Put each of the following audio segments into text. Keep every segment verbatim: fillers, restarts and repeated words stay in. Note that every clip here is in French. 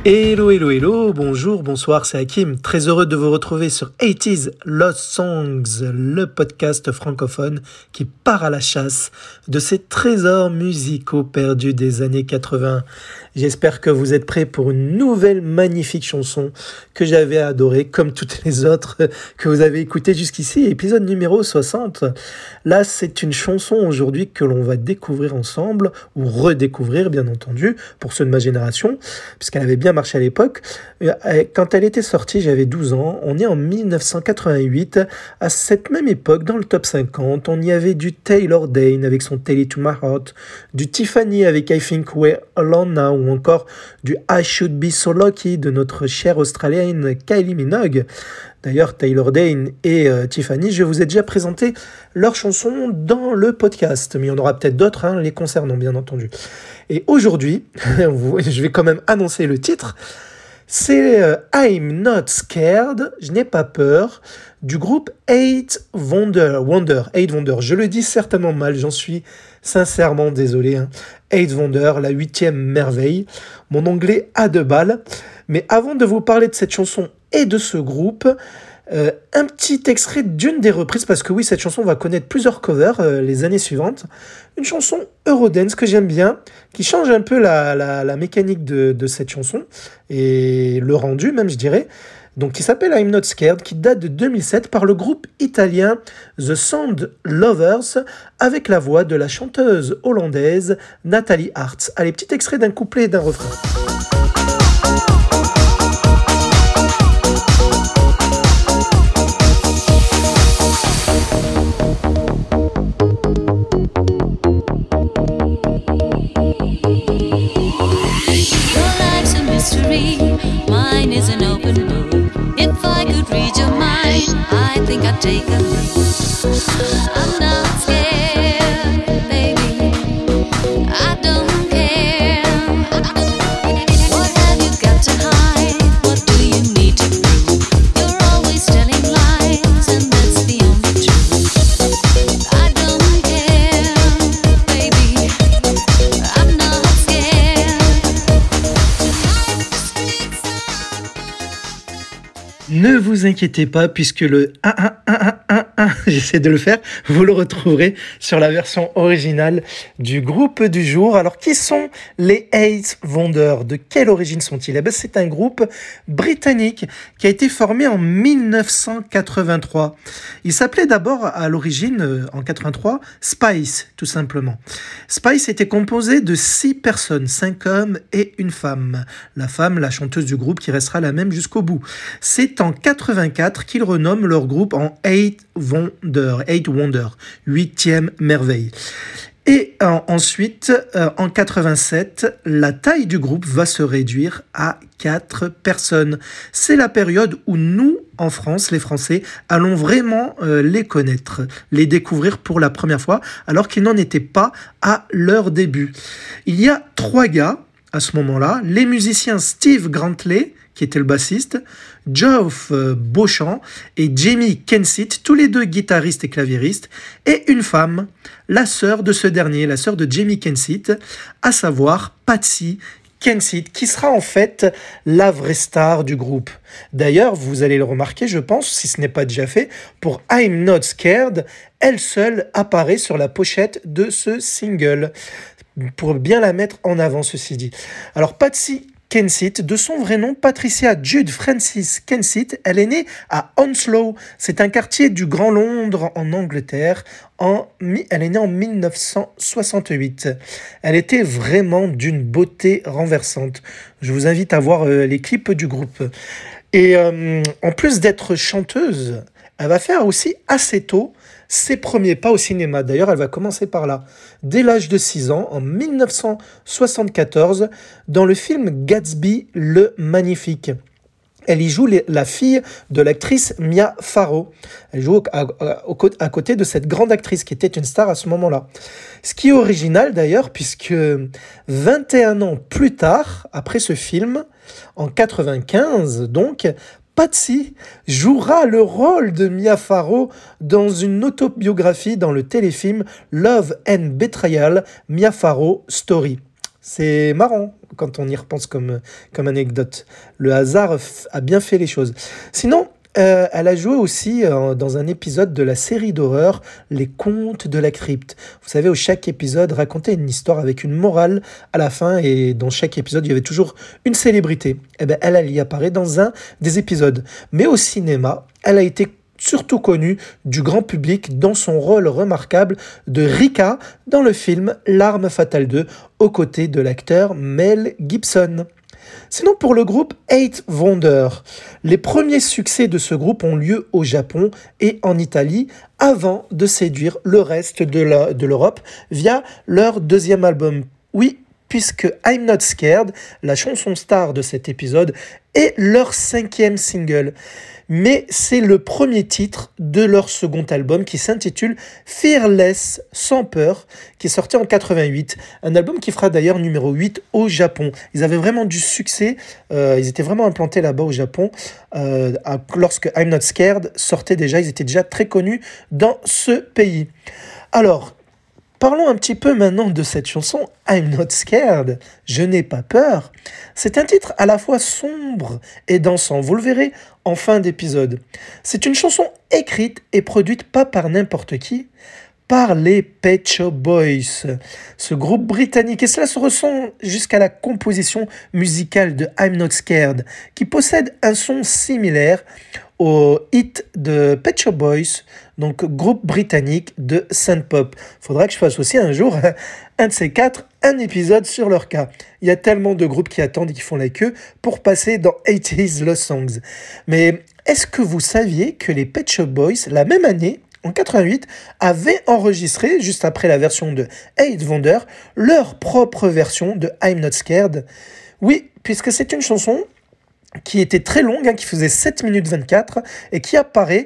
Hello, hello, hello, bonjour, bonsoir, c'est Hakim. Très heureux de vous retrouver sur eighties Lost Songs, le podcast francophone qui part à la chasse de ces trésors musicaux perdus des années quatre-vingts. J'espère que vous êtes prêts pour une nouvelle magnifique chanson que j'avais adorée, comme toutes les autres que vous avez écoutées jusqu'ici, épisode numéro soixante. Là, c'est une chanson aujourd'hui que l'on va découvrir ensemble, ou redécouvrir bien entendu, pour ceux de ma génération, puisqu'elle avait bien marché à l'époque. Quand elle était sortie, j'avais douze ans, on est en dix-neuf cent quatre-vingt-huit, à cette même époque, dans le top cinquante, on y avait du Taylor Dayne avec son Tell It To My Heart, du Tiffany avec I Think We're Alone Now, ou encore du I Should Be So Lucky de notre chère Australienne Kylie Minogue. D'ailleurs, Taylor Dayne et euh, Tiffany, je vous ai déjà présenté leurs chansons dans le podcast, mais il y en aura peut-être d'autres, hein, les concernant bien entendu. Et aujourd'hui, je vais quand même annoncer le titre, c'est euh, I'm Not Scared, je n'ai pas peur, du groupe Eight Wonder, Wonder, Eight Wonder. Je le dis certainement mal, j'en suis sincèrement désolé. Hein. Eight Wonder, la huitième merveille. Mon anglais a deux balles. Mais avant de vous parler de cette chanson et de ce groupe, euh, un petit extrait d'une des reprises, parce que oui, cette chanson va connaître plusieurs covers euh, les années suivantes. Une chanson Eurodance que j'aime bien, qui change un peu la, la, la mécanique de, de cette chanson, et le rendu même, je dirais. Donc, qui s'appelle I'm Not Scared, qui date de deux mille sept par le groupe italien The Sound Lovers, avec la voix de la chanteuse hollandaise Nathalie Artz. Allez, petit extrait d'un couplet et d'un refrain. Mine is an open book. If I could read your mind, I think I'd take a look. I'm not scared, baby. I don't care. What have you got to hide? What do you need to prove? You're always telling lies, and that's the only truth. I don't care, baby. I'm not scared. Ne vous inquiétez pas, puisque le un un un un un un, j'essaie de le faire, vous le retrouverez sur la version originale du groupe du jour. Alors, qui sont les Eight Wonder? De quelle origine sont-ils? Eh bien, c'est un groupe britannique qui a été formé en dix-neuf cent quatre-vingt-trois. Il s'appelait d'abord, à l'origine, en quatre-vingt-trois, Spice, tout simplement. Spice était composé de six personnes, cinq hommes et une femme. La femme, la chanteuse du groupe, qui restera la même jusqu'au bout. C'est en quatre-vingt-quatre qu'ils renomment leur groupe en Eight Wonder, Eight Wonder, huitième merveille. Et euh, ensuite, euh, en quatre-vingt-sept, la taille du groupe va se réduire à quatre personnes. C'est la période où nous, en France, les Français, allons vraiment euh, les connaître, les découvrir pour la première fois, alors qu'ils n'en étaient pas à leur début. Il y a trois gars à ce moment-là, les musiciens Steve Grantley, qui était le bassiste, Geoff Beauchamp et Jamie Kensit, tous les deux guitaristes et claviéristes, et une femme, la sœur de ce dernier, la sœur de Jamie Kensit, à savoir Patsy Kensit, qui sera en fait la vraie star du groupe. D'ailleurs, vous allez le remarquer, je pense, si ce n'est pas déjà fait, pour I'm Not Scared, elle seule apparaît sur la pochette de ce single, pour bien la mettre en avant, ceci dit. Alors, Patsy Kensit, de son vrai nom, Patricia Jude Francis Kensit, elle est née à Hounslow. C'est un quartier du Grand Londres en Angleterre. En, elle est née en dix-neuf cent soixante-huit. Elle était vraiment d'une beauté renversante. Je vous invite à voir euh, les clips du groupe. Et euh, en plus d'être chanteuse, elle va faire aussi assez tôt ses premiers pas au cinéma. D'ailleurs, elle va commencer par là. Dès l'âge de six ans, en dix-neuf cent soixante-quatorze, dans le film Gatsby le Magnifique. Elle y joue les, la fille de l'actrice Mia Farrow. Elle joue à, à, à côté de cette grande actrice qui était une star à ce moment-là. Ce qui est original d'ailleurs, puisque vingt et un ans plus tard, après ce film, en quatre-vingt-quinze donc, Patsy jouera le rôle de Mia Farrow dans une autobiographie dans le téléfilm Love and Betrayal, Mia Farrow Story. C'est marrant quand on y repense comme, comme anecdote. Le hasard f- a bien fait les choses. Sinon, euh, elle a joué aussi euh, dans un épisode de la série d'horreur Les Contes de la Crypte. Vous savez, où chaque épisode racontait une histoire avec une morale à la fin, et dans chaque épisode, il y avait toujours une célébrité. Et ben, elle, elle y apparaît dans un des épisodes. Mais au cinéma, elle a été surtout connue du grand public dans son rôle remarquable de Rika dans le film L'Arme Fatale deux, aux côtés de l'acteur Mel Gibson. Sinon, pour le groupe Eight Wonder, les premiers succès de ce groupe ont lieu au Japon et en Italie avant de séduire le reste de, la, de l'Europe via leur deuxième album. Oui, puisque I'm Not Scared, la chanson star de cet épisode, est leur cinquième single. Mais c'est le premier titre de leur second album qui s'intitule Fearless, sans peur, qui est sorti en quatre-vingt-huit. Un album qui fera d'ailleurs numéro huit au Japon. Ils avaient vraiment du succès, euh, ils étaient vraiment implantés là-bas au Japon. Euh, lorsque I'm Not Scared sortait déjà, ils étaient déjà très connus dans ce pays. Alors, parlons un petit peu maintenant de cette chanson I'm Not Scared, je n'ai pas peur. C'est un titre à la fois sombre et dansant, vous le verrez en fin d'épisode. C'est une chanson écrite et produite pas par n'importe qui, par les Pet Shop Boys, ce groupe britannique. Et cela se ressent jusqu'à la composition musicale de I'm Not Scared, qui possède un son similaire au hit de Pet Shop Boys, donc groupe britannique de synth-pop. Faudra que je fasse aussi un jour, un de ces quatre, un épisode sur leur cas. Il y a tellement de groupes qui attendent et qui font la queue pour passer dans eighties Love Songs. Mais est-ce que vous saviez que les Pet Shop Boys, la même année, en quatre-vingt-huit, avaient enregistré, juste après la version de Eight Wonder, leur propre version de I'm Not Scared? Oui, puisque c'est une chanson qui était très longue, hein, qui faisait sept minutes vingt-quatre et qui apparaît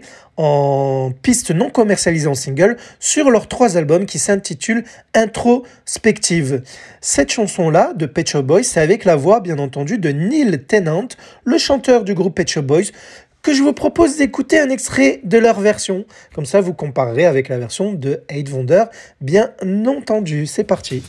en piste non commercialisée en single sur leurs trois albums qui s'intitulent Introspective. Cette chanson-là de Pet Shop Boys, c'est avec la voix bien entendu de Neil Tennant, le chanteur du groupe Pet Shop Boys, que je vous propose d'écouter un extrait de leur version. Comme ça, vous comparerez avec la version de Eight Wonder, bien entendu. C'est parti.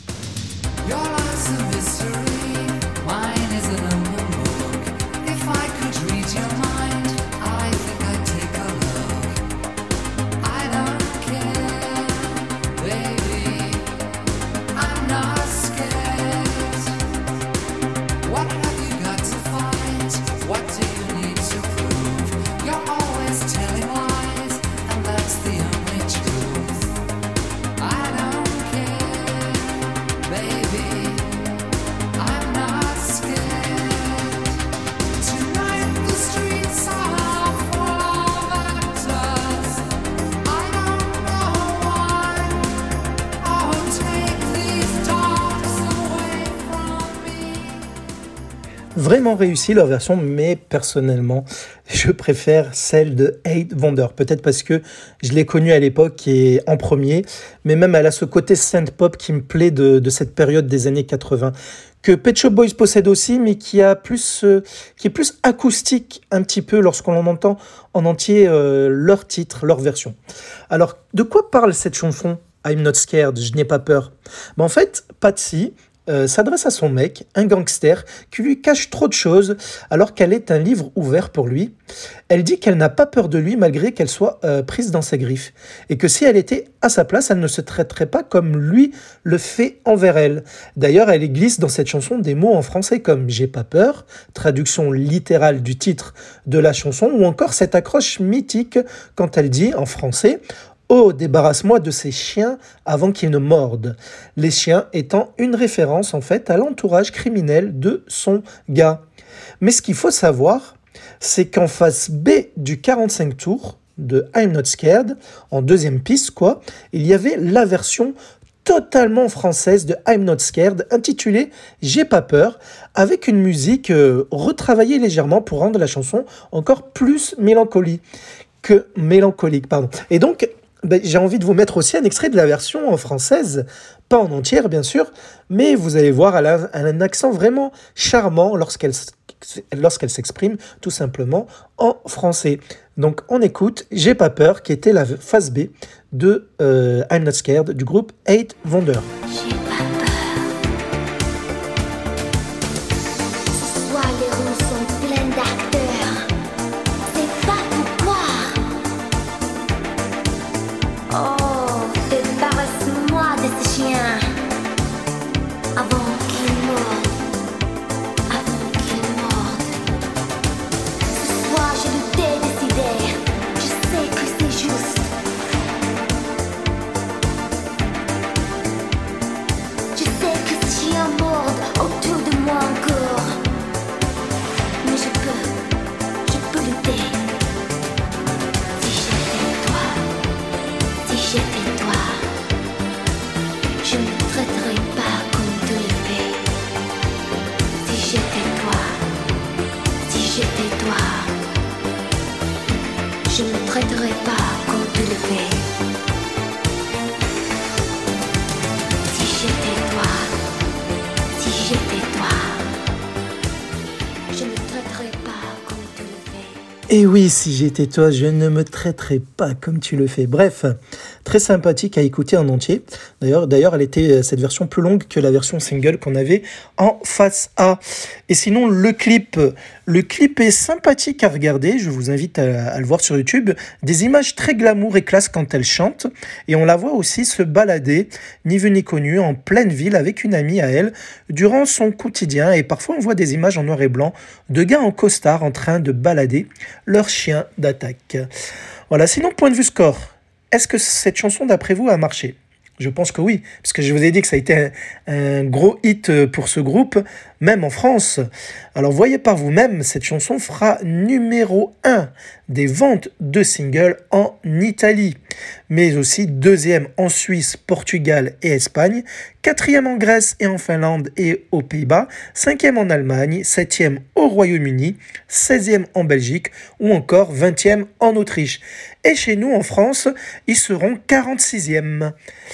Vraiment réussi leur version, mais personnellement, je préfère celle de Eight Wonder. Peut-être parce que je l'ai connue à l'époque et en premier, mais même elle a ce côté synth-pop qui me plaît de, de cette période des années quatre-vingts, que Pet Shop Boys possède aussi, mais qui, a plus, euh, qui est plus acoustique un petit peu lorsqu'on en entend en entier euh, leur titre, leur version. Alors, de quoi parle cette chanson I'm Not Scared, je n'ai pas peur? Ben, en fait, Patsy Euh, s'adresse à son mec, un gangster, qui lui cache trop de choses alors qu'elle est un livre ouvert pour lui. Elle dit qu'elle n'a pas peur de lui malgré qu'elle soit euh, prise dans ses griffes, et que si elle était à sa place, elle ne se traiterait pas comme lui le fait envers elle. D'ailleurs, elle glisse dans cette chanson des mots en français comme « j'ai pas peur », traduction littérale du titre de la chanson, ou encore cette accroche mythique quand elle dit en français « Oh, débarrasse-moi de ces chiens avant qu'ils ne mordent ». Les chiens étant une référence en fait à l'entourage criminel de son gars. Mais ce qu'il faut savoir, c'est qu'en face B du quarante-cinq tours de I'm Not Scared, en deuxième piste quoi, il y avait la version totalement française de I'm Not Scared, intitulée J'ai pas peur, avec une musique euh, retravaillée légèrement pour rendre la chanson encore plus mélancolique. Que mélancolique, pardon. Et donc, ben, j'ai envie de vous mettre aussi un extrait de la version en française, pas en entière bien sûr, mais vous allez voir, elle a un accent vraiment charmant lorsqu'elle, lorsqu'elle s'exprime tout simplement en français. Donc on écoute J'ai pas peur, qui était la phase B de euh, I'm Not Scared du groupe Eight Wonder. J'ai pas peur. Oh, débarrasse-moi de ce chien avant qu'il morde, avant qu'il morde. Ce soir, je l'ai décidé. Je sais que c'est juste. Je sais que ce chien morde autour de moi encore. Mais je peux, je peux lutter. Si j'étais toi, si j'étais toi, je ne traiterais pas comme tu le fais. Si j'étais toi, si j'étais toi, je ne traiterais pas comme tu le fais. Si j'étais toi, si j'étais toi, je ne traiterais pas comme tu le fais. Et oui, si j'étais toi, je ne me traiterais pas comme tu le fais. Bref, très sympathique à écouter en entier. D'ailleurs, d'ailleurs, elle était cette version plus longue que la version single qu'on avait en face A. Et sinon, le clip, le clip est sympathique à regarder. Je vous invite à, à le voir sur YouTube. Des images très glamour et classe quand elle chante. Et on la voit aussi se balader, ni vu ni connu, en pleine ville avec une amie à elle, durant son quotidien. Et parfois, on voit des images en noir et blanc de gars en costard en train de balader leur chien d'attaque. Voilà, sinon, point de vue score. Est-ce que cette chanson, d'après vous, a marché ? Je pense que oui, parce que je vous ai dit que ça a été un, un gros hit pour ce groupe, même en France. Alors voyez par vous-même, cette chanson fera numéro un des ventes de singles en Italie, mais aussi deuxième en Suisse, Portugal et Espagne, quatrième en Grèce et en Finlande et aux Pays-Bas, cinquième en Allemagne, septième au Royaume-Uni, seizième en Belgique ou encore vingtième en Autriche. Et chez nous, en France, ils seront quarante-sixième.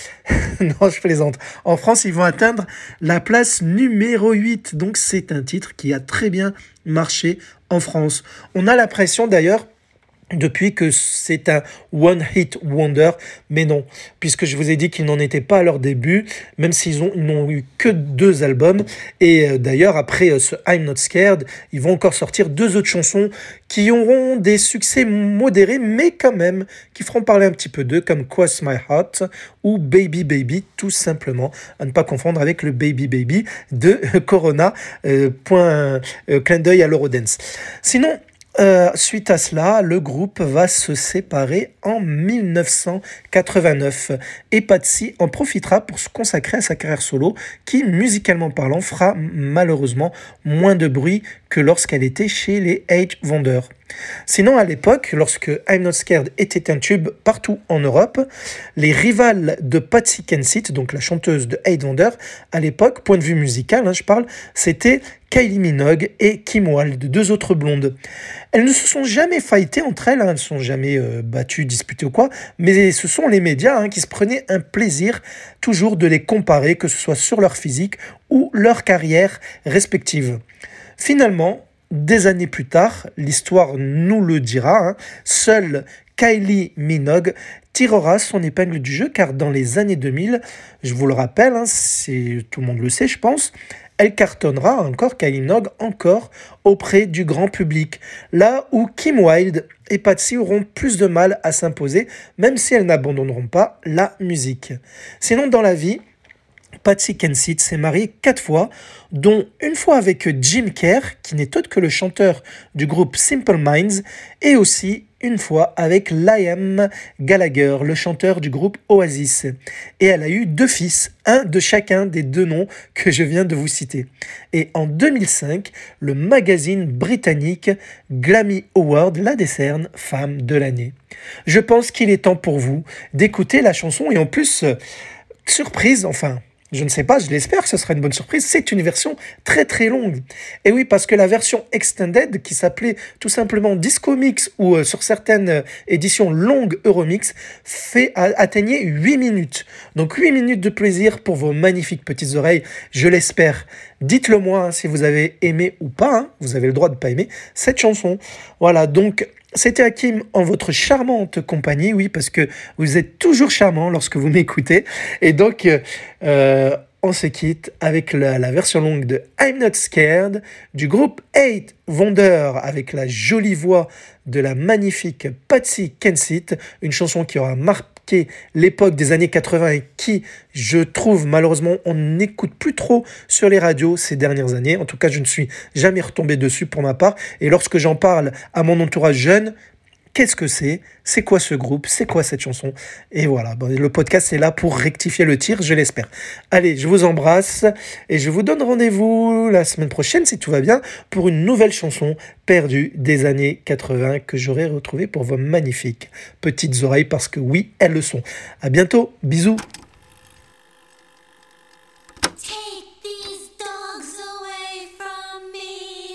Non, je plaisante. En France, ils vont atteindre la place numéro huit. Donc, c'est un titre qui a très bien marché en France. On a l'impression d'ailleurs depuis que c'est un One Hit Wonder, mais non, puisque je vous ai dit qu'ils n'en étaient pas à leur début, même s'ils ont, ils n'ont eu que deux albums, et euh, d'ailleurs, après euh, ce I'm Not Scared, ils vont encore sortir deux autres chansons qui auront des succès modérés, mais quand même, qui feront parler un petit peu d'eux, comme Cross My Heart ou Baby Baby, tout simplement, à ne pas confondre avec le Baby Baby de Corona, euh, point, euh, clin d'œil à l'Eurodance. Sinon, Euh, suite à cela, le groupe va se séparer en dix-neuf cent quatre-vingt-neuf et Patsy en profitera pour se consacrer à sa carrière solo qui, musicalement parlant, fera malheureusement moins de bruit que lorsqu'elle était chez les Eight Wonders. Sinon, à l'époque, lorsque I'm Not Scared était un tube partout en Europe, les rivales de Patsy Kensit, donc la chanteuse de Eight Wonders, à l'époque, point de vue musical, hein, je parle, c'était Kylie Minogue et Kim Wilde, deux autres blondes. Elles ne se sont jamais fightées entre elles, hein, elles ne se sont jamais euh, battues, disputées ou quoi, mais ce sont les médias hein, qui se prenaient un plaisir toujours de les comparer, que ce soit sur leur physique ou leur carrière respective. Finalement, des années plus tard, l'histoire nous le dira, hein, seule Kylie Minogue tirera son épingle du jeu car dans les années deux mille, je vous le rappelle, hein, c'est, tout le monde le sait je pense, elle cartonnera encore, Kylie Minogue, encore auprès du grand public. Là où Kim Wilde et Patsy auront plus de mal à s'imposer, même si elles n'abandonneront pas la musique. Sinon, dans la vie, Patsy Kensit s'est mariée quatre fois, dont une fois avec Jim Kerr, qui n'est autre que le chanteur du groupe Simple Minds, et aussi une fois avec Liam Gallagher, le chanteur du groupe Oasis. Et elle a eu deux fils, un de chacun des deux noms que je viens de vous citer. Et en deux mille cinq, le magazine britannique Grammy Award la décerne femme de l'année. Je pense qu'il est temps pour vous d'écouter la chanson et en plus, euh, surprise, enfin... Je ne sais pas, je l'espère que ce sera une bonne surprise. C'est une version très très longue. Et oui, parce que la version extended, qui s'appelait tout simplement Disco Mix ou euh, sur certaines euh, éditions longues Euromix, fait a, atteignait huit minutes. Donc huit minutes de plaisir pour vos magnifiques petites oreilles, je l'espère. Dites-le moi hein, si vous avez aimé ou pas. Hein, vous avez le droit de ne pas aimer cette chanson. Voilà, donc... C'était Hakim en votre charmante compagnie, oui, parce que vous êtes toujours charmant lorsque vous m'écoutez. Et donc, euh, on se quitte avec la, la version longue de I'm Not Scared du groupe Eight Wonder avec la jolie voix de la magnifique Patsy Kensit, une chanson qui aura marqué l'époque des années quatre-vingts et qui, je trouve, malheureusement, on n'écoute plus trop sur les radios ces dernières années. En tout cas, je ne suis jamais retombé dessus pour ma part. Et lorsque j'en parle à mon entourage jeune, qu'est-ce que c'est ? C'est quoi ce groupe ? C'est quoi cette chanson ? Et voilà, bon, le podcast est là pour rectifier le tir, je l'espère. Allez, je vous embrasse et je vous donne rendez-vous la semaine prochaine, si tout va bien, pour une nouvelle chanson perdue des années quatre-vingts que j'aurai retrouvée pour vos magnifiques petites oreilles, parce que oui, elles le sont. À bientôt, bisous. Take these dogs away from me.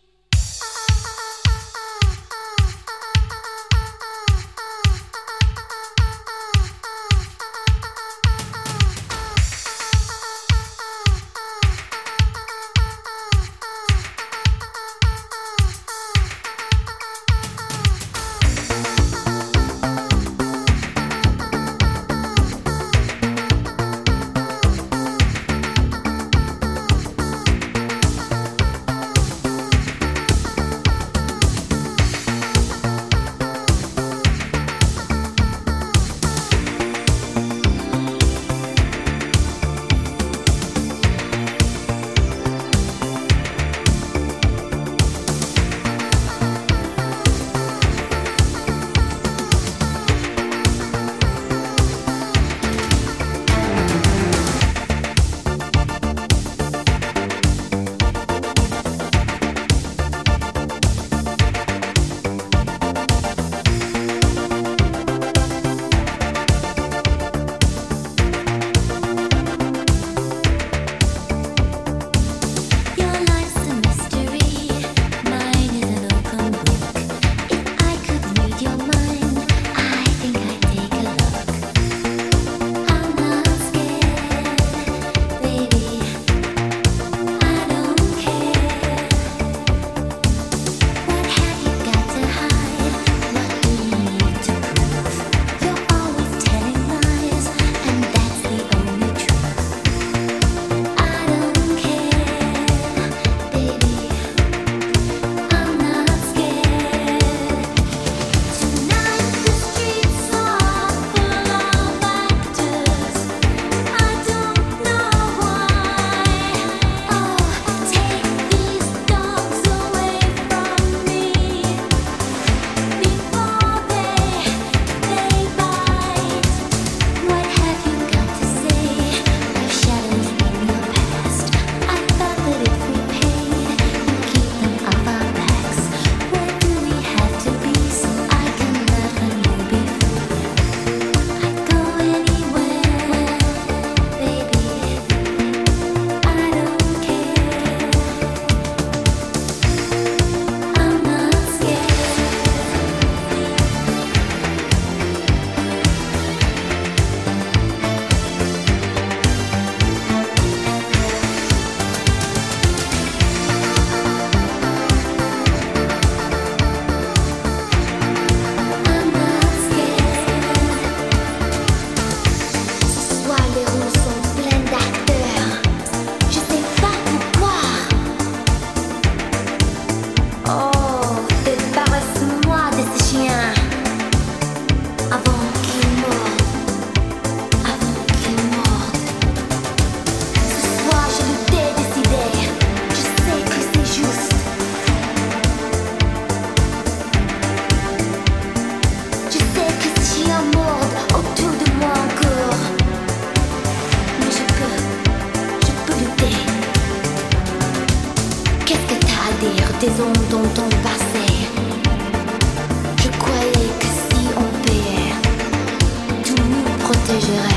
Des ondes dont on passait. Je croyais que si on payait, tout nous protégerait.